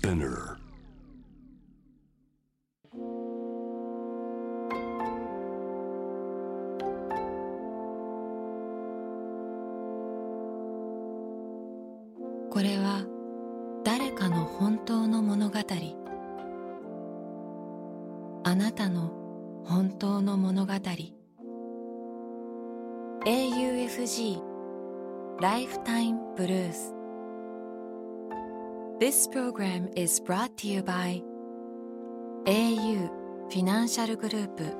Spinner. これは誰かの本当の物語。あなたの本当の物語。AUFG Lifetime Blues. This program is brought to you by au フィナンシャルグループ。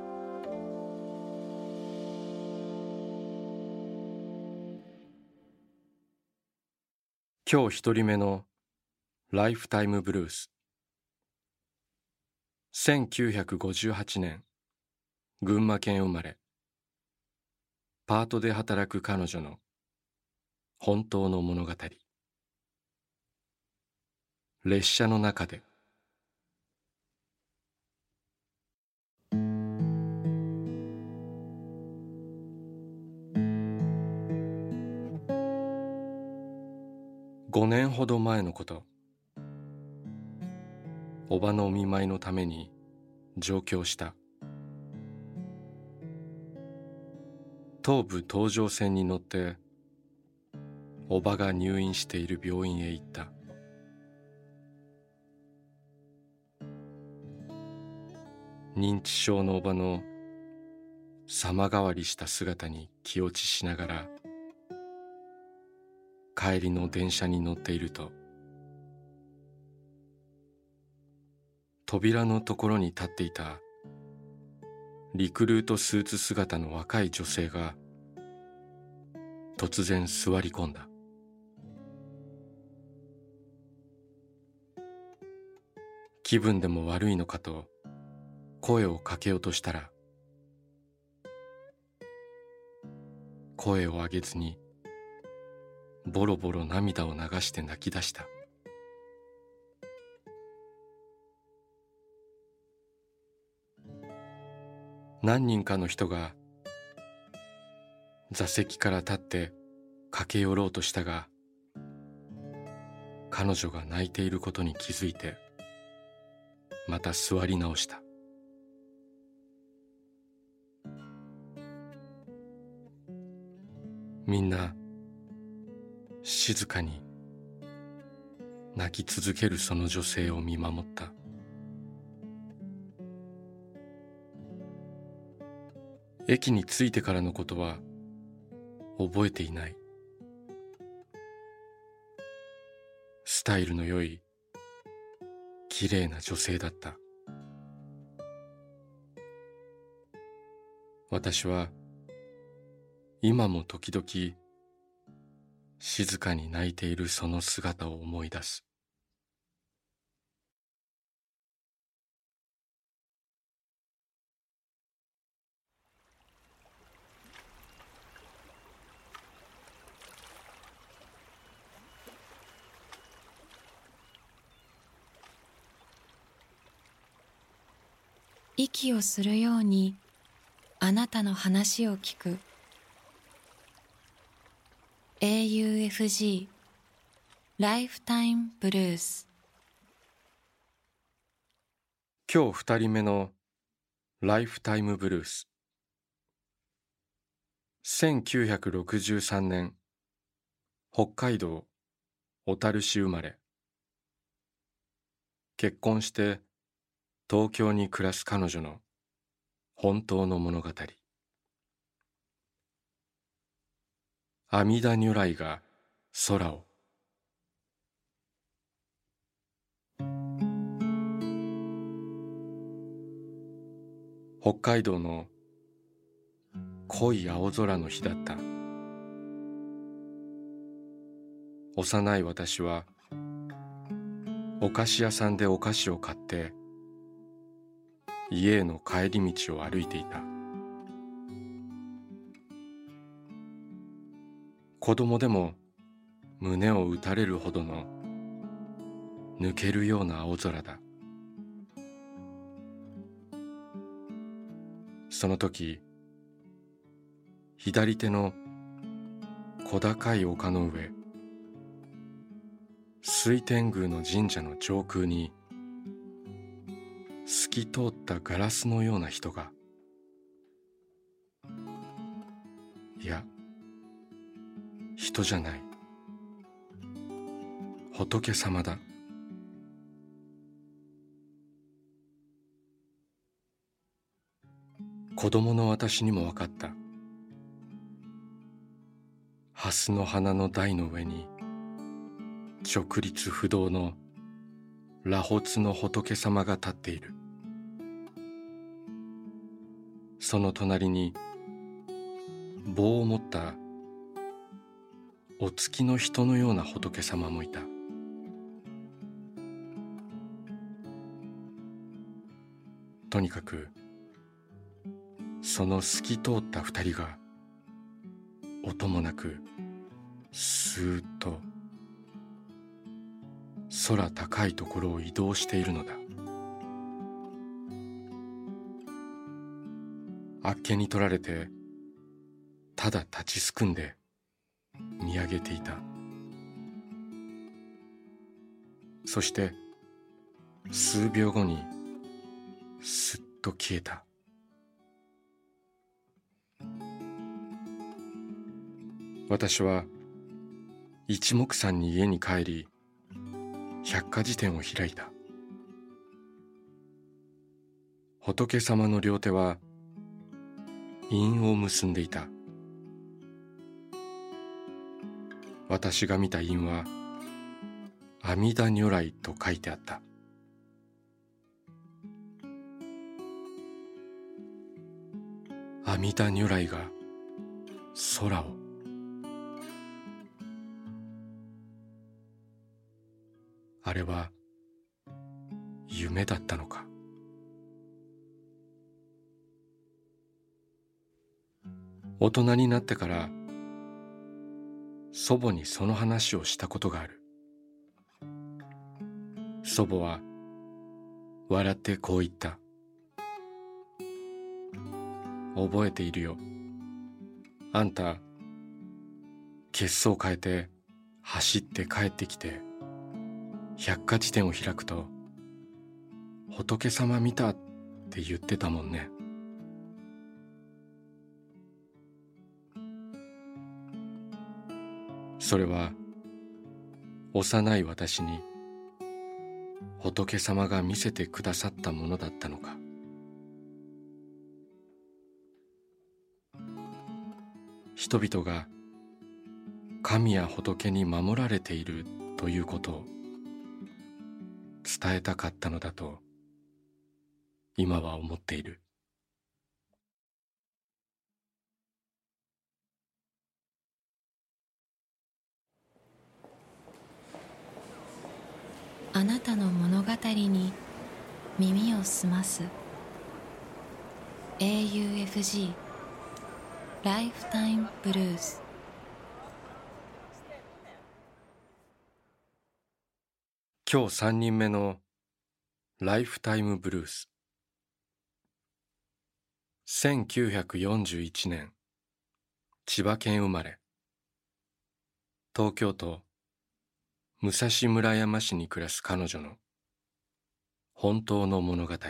今日一人目のライフタイムブルース。1958年、群馬県生まれ。パートで働く彼女の本当の物語。列車の中で。5年ほど前のこと。おばのお見舞いのために上京した。東武東上線に乗っておばが入院している病院へ行った。認知症のおばの様変わりした姿に気落ちしながら帰りの電車に乗っていると、扉のところに立っていたリクルートスーツ姿の若い女性が突然座り込んだ。気分でも悪いのかと声をかけようとしたら、声を上げずにボロボロ涙を流して泣き出した。何人かの人が座席から立って駆け寄ろうとしたが、彼女が泣いていることに気づいてまた座り直した。みんな静かに泣き続けるその女性を見守った。駅に着いてからのことは覚えていない。スタイルの良い綺麗な女性だった。私は今も時々静かに泣いているその姿を思い出す。 息をするようにあなたの話を聞く。AUFG Lifetime Blues。 今日二人目のライフタイムブルース。1963年、北海道小樽市生まれ。結婚して東京に暮らす彼女の本当の物語。阿弥陀如来が空を。北海道の濃い青空の日だった。幼い私はお菓子屋さんでお菓子を買って家への帰り道を歩いていた。子供でも胸を打たれるほどの抜けるような青空だ。その時、左手の小高い丘の上、 水天宮の神社の上空に透き通ったガラスのような人が、いや、人じゃない、仏様だ。子供の私にも分かった。蓮の花の台の上に直立不動の螺髪の仏様が立っている。その隣に棒を持ったお月の人のような仏様もいた。とにかくその透き通った二人が音もなくスーッと空高いところを移動しているのだ。あっけに取られてただ立ちすくんで見上げていた。そして数秒後にすっと消えた。私は一目散に家に帰り、百科事典を開いた。仏様の両手は印を結んでいた。私が見た印は阿弥陀如来と書いてあった。阿弥陀如来が空を、あれは夢だったのか。大人になってから祖母にその話をしたことがある。祖母は笑ってこう言った。覚えているよ。あんた血相変えて走って帰ってきて百科事典を開くと仏様見たって言ってたもんね。それは幼い私に仏様が見せてくださったものだったのか。人々が神や仏に守られているということを伝えたかったのだと今は思っている。 あなたの物語に耳を澄ます AUFG ライフタイムブルース。 今日3人目のライフタイムブルース。1941年千葉県生まれ、東京都武蔵村山市に暮らす彼女の本当の物語。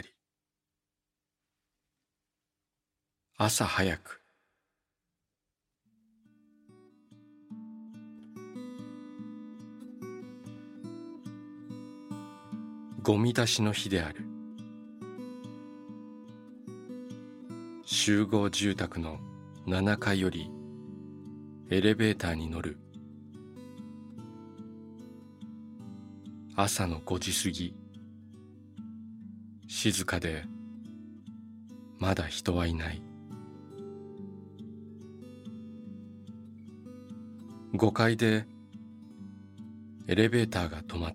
朝早く、ゴミ出しの日である。集合住宅の7階よりエレベーターに乗る。朝の5時過ぎ、静かでまだ人はいない。5階でエレベーターが止まった。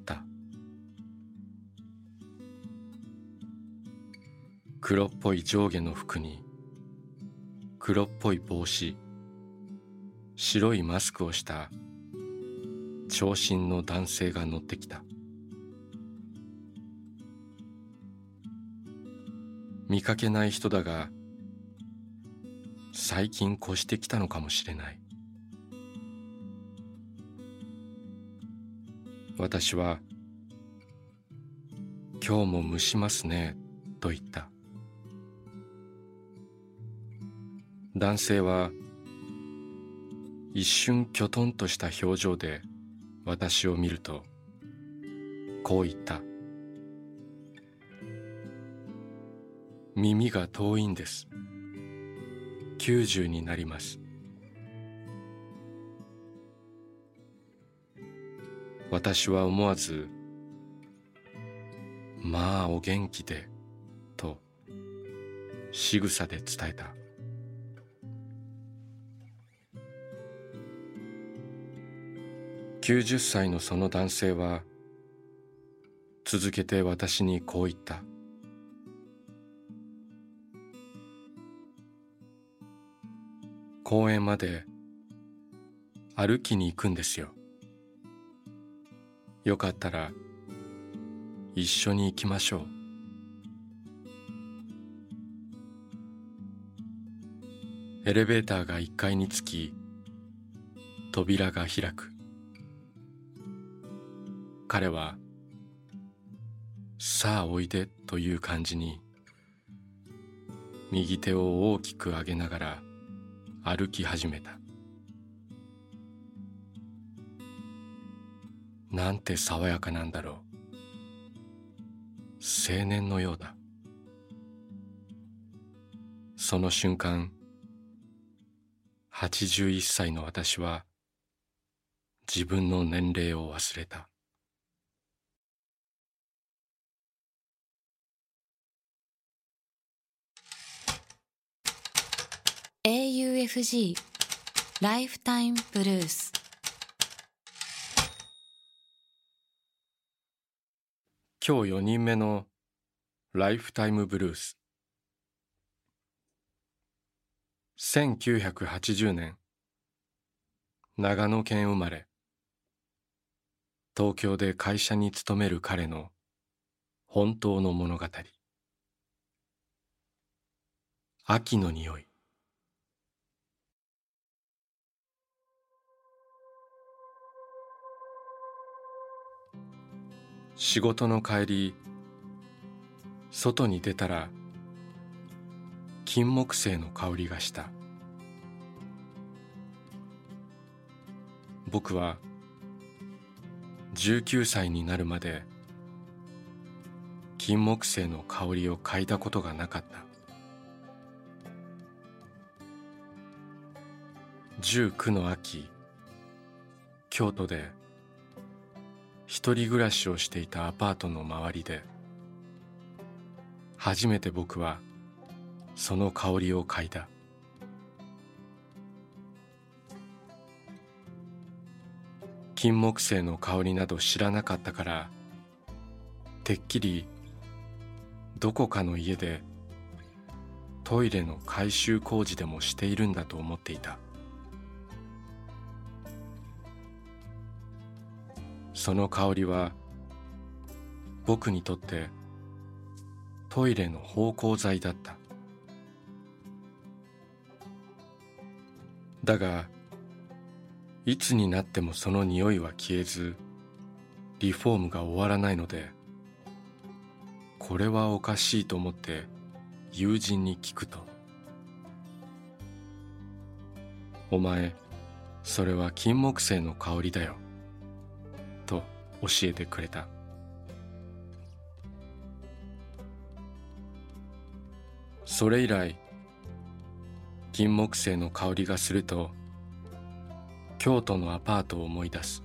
黒っぽい上下の服に黒っぽい帽子、白いマスクをした長身の男性が乗ってきた。見かけない人だが、最近越してきたのかもしれない。 私は今日も蒸しますねと言った。男性は一瞬きょとんとした表情で私を見るとこう言った。耳が遠いんです。90になります。私は思わず、まあお元気で、と仕草で伝えた。90歳のその男性は、続けて私にこう言った。公園まで歩きに行くんですよ。よかったら一緒に行きましょう。エレベーターが1階に着き、扉が開く。彼は、さあおいでという感じに、右手を大きく上げながら歩き始めた。なんて爽やかなんだろう。青年のようだ。その瞬間、81歳の私は自分の年齢を忘れた。 AUFG ライフタイムブルース。 今日4人目のライフタイムブルース。1980年、長野県生まれ、東京で会社に勤める彼の本当の物語。秋の匂い。仕事の帰り、外に出たら金木犀の香りがした。僕は19歳になるまで金木犀の香りを嗅いだことがなかった。19の秋、京都で一人暮らしをしていたアパートの周りで、初めて僕はその香りを嗅いだ。金木犀の香りなど知らなかったから、てっきりどこかの家でトイレの改修工事でもしているんだと思っていた。その香りは僕にとってトイレの芳香剤だった。だがいつになってもその匂いは消えず、リフォームが終わらないので、これはおかしいと思って友人に聞くと、お前それは金木犀の香りだよと教えてくれた。それ以来、金木犀の香りがすると京都のアパートを思い出す。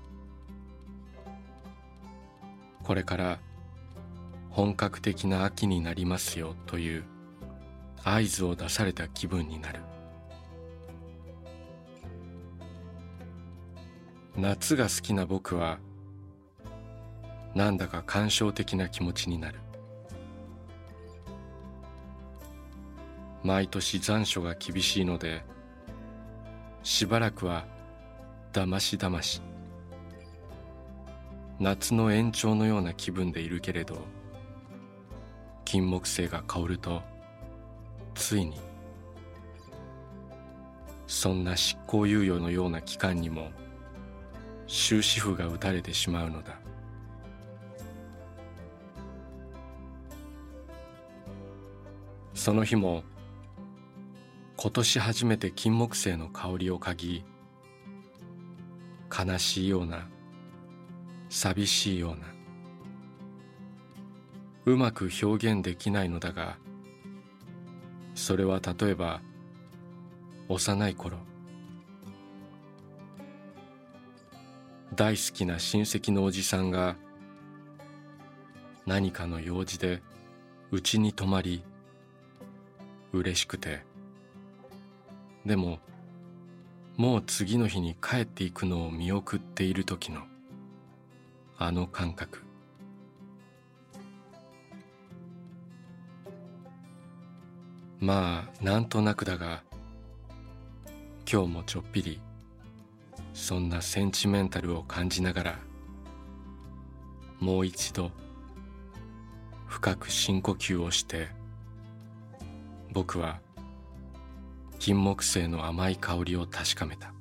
これから本格的な秋になりますよという合図を出された気分になる。夏が好きな僕はなんだか感傷的な気持ちになる。毎年残暑が厳しいので、しばらくはだましだまし夏の延長のような気分でいるけれど、金木犀が香るとついにそんな執行猶予のような期間にも終止符が打たれてしまうのだ。その日も今年初めて金木犀の香りを嗅ぎ、悲しいような、寂しいような、うまく表現できないのだが、それは例えば幼い頃、大好きな親戚のおじさんが何かの用事でうちに泊まり、嬉しくて、でももう次の日に帰っていくのを見送っている時のあの感覚。まあなんとなくだが、今日もちょっぴりそんなセンチメンタルを感じながら、もう一度深く深呼吸をして、僕は金木犀の甘い香りを確かめた。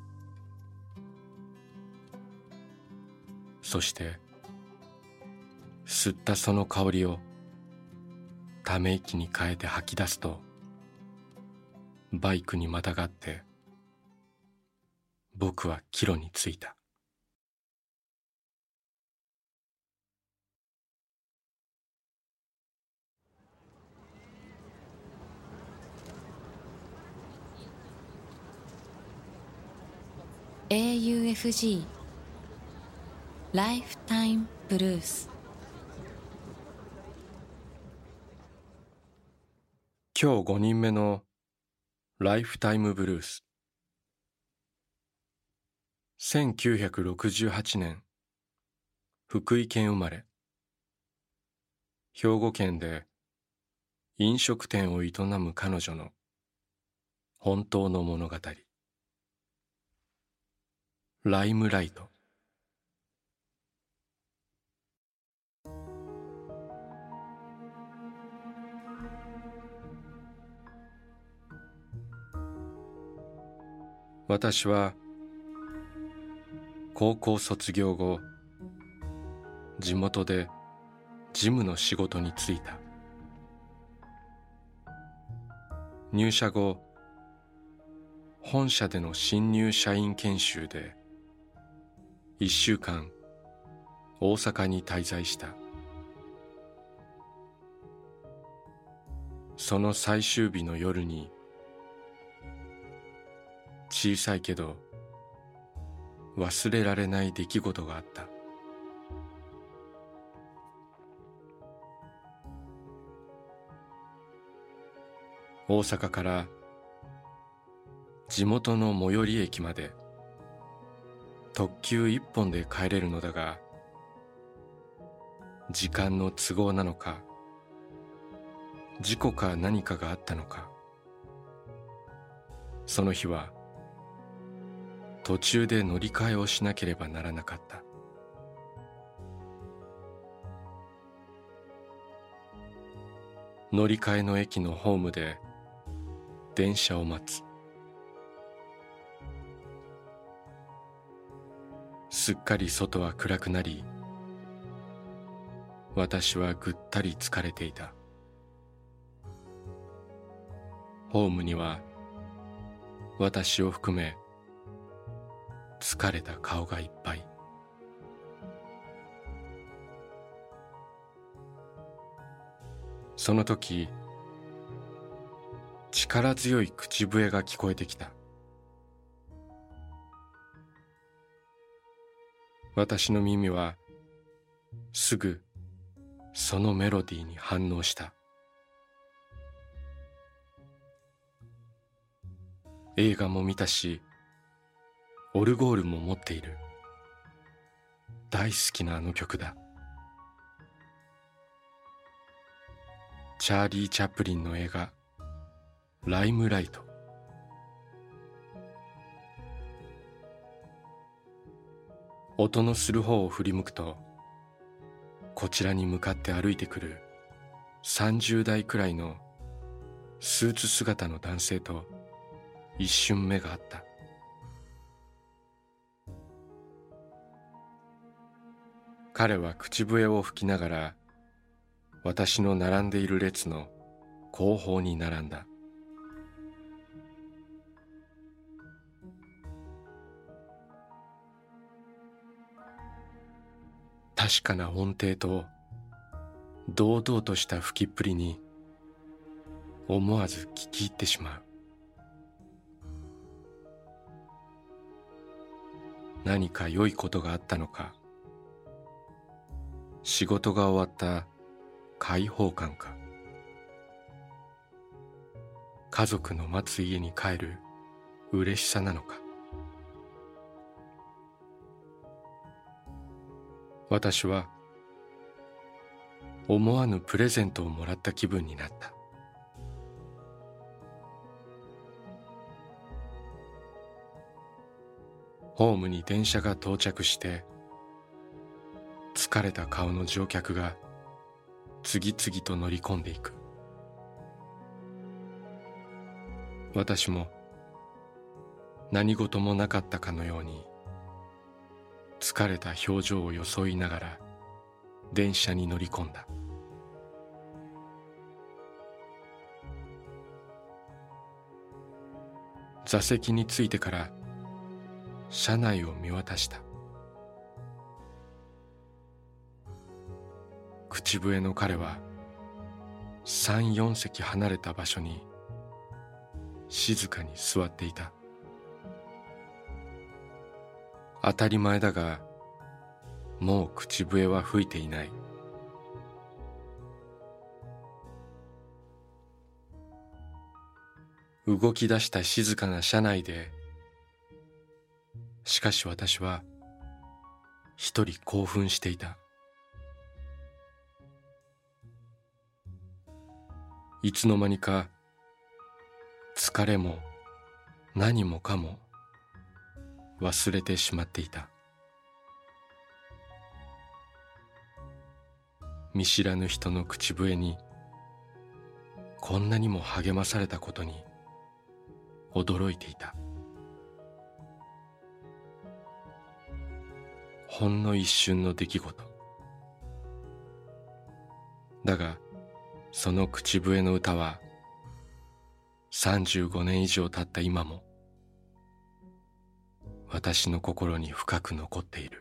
そして吸ったその香りをため息に変えて吐き出すと、バイクにまたがって僕は帰路に着いた。 AUFG ライフタイムブルース。 今日5人目のライフタイムブルース。1968年、福井県生まれ。兵庫県で飲食店を営む彼女の本当の物語。ライムライト。私は高校卒業後、地元で事務の仕事に就いた。入社後、本社での新入社員研修で1週間大阪に滞在した。その最終日の夜に、小さいけど忘れられない出来事があった。大阪から地元の最寄り駅まで特急一本で帰れるのだが、時間の都合なのか、事故か何かがあったのか、その日は途中で乗り換えをしなければならなかった。乗り換えの駅のホームで電車を待つ。すっかり外は暗くなり、私はぐったり疲れていた。ホームには私を含め疲れた顔がいっぱい。その時、力強い口笛が聞こえてきた。私の耳はすぐそのメロディーに反応した。映画も見たし、オルゴールも持っている。大好きなあの曲だ。チャーリー・チャップリンの映画ライムライト。音のする方を振り向くと、こちらに向かって歩いてくる30代くらいのスーツ姿の男性と一瞬目が合った。 彼は口笛を吹きながら私の並んでいる列の後方に並んだ。確かな音程と堂々とした吹きっぷりに思わず聞き入ってしまう。何か良いことがあったのか、仕事が終わった解放感か、家族の待つ家に帰る嬉しさなのか。私は思わぬプレゼントをもらった気分になった。ホームに電車が到着して、疲れた顔の乗客が次々と乗り込んでいく。私も何事もなかったかのように疲れた表情を装いながら電車に乗り込んだ。座席に着いてから車内を見渡した。口笛の彼は3、4席離れた場所に静かに座っていた。当たり前だが、もう口笛は吹いていない。動き出した静かな車内で、しかし私は一人興奮していた。いつの間にか疲れも何もかも忘れてしまっていた。見知らぬ人の口笛にこんなにも励まされたことに驚いていた。ほんの一瞬の出来事だが、その口笛の歌は35年以上経った今も私の心に深く残っている。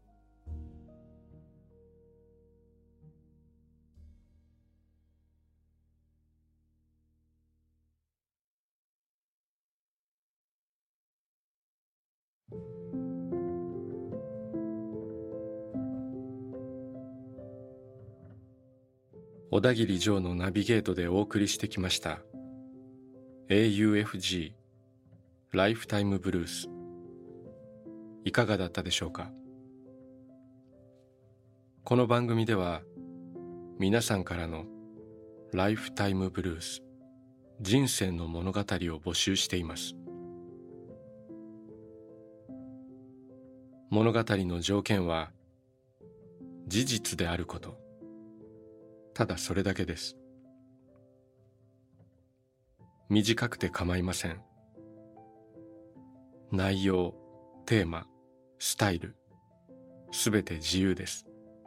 小田切ジョーのナビゲートでお送りしてきました AUFG ライフタイムブルース、いかがだったでしょうか。この番組では皆さんからのライフタイムブルース、人生の物語を募集しています。物語の条件は事実であること、ただそれだけです。短くて構いません。内容、テーマ、スタイル、すべて自由です。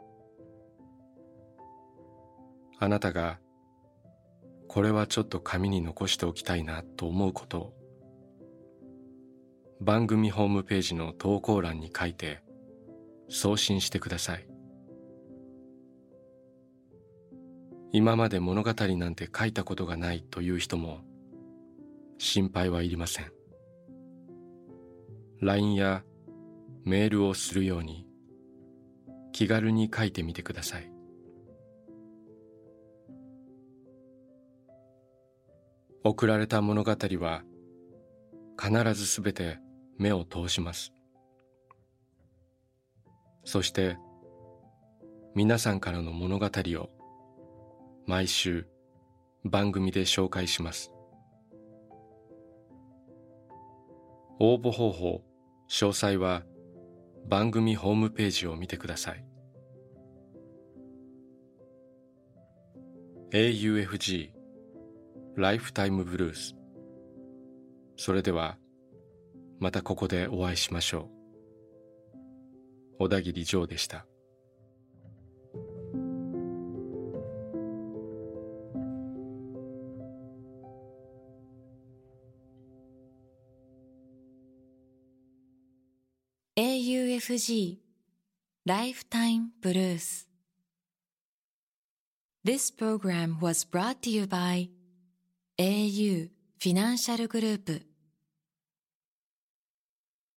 あなたがこれはちょっと紙に残しておきたいなと思うことを番組ホームページの投稿欄に書いて送信してください。今まで物語なんて書いたことがないという人も心配はいりません。LINE やメールをするように気軽に書いてみてください。送られた物語は必ずすべて目を通します。そして皆さんからの物語を毎週番組で紹介します。応募方法、詳細は番組ホームページを見てください。AUFG ライフタイムブルース。それではまたここでお会いしましょう。小田切ジョーでした。 AUFG Lifetime Blues. This program was brought to you by au フィナンシャルグループ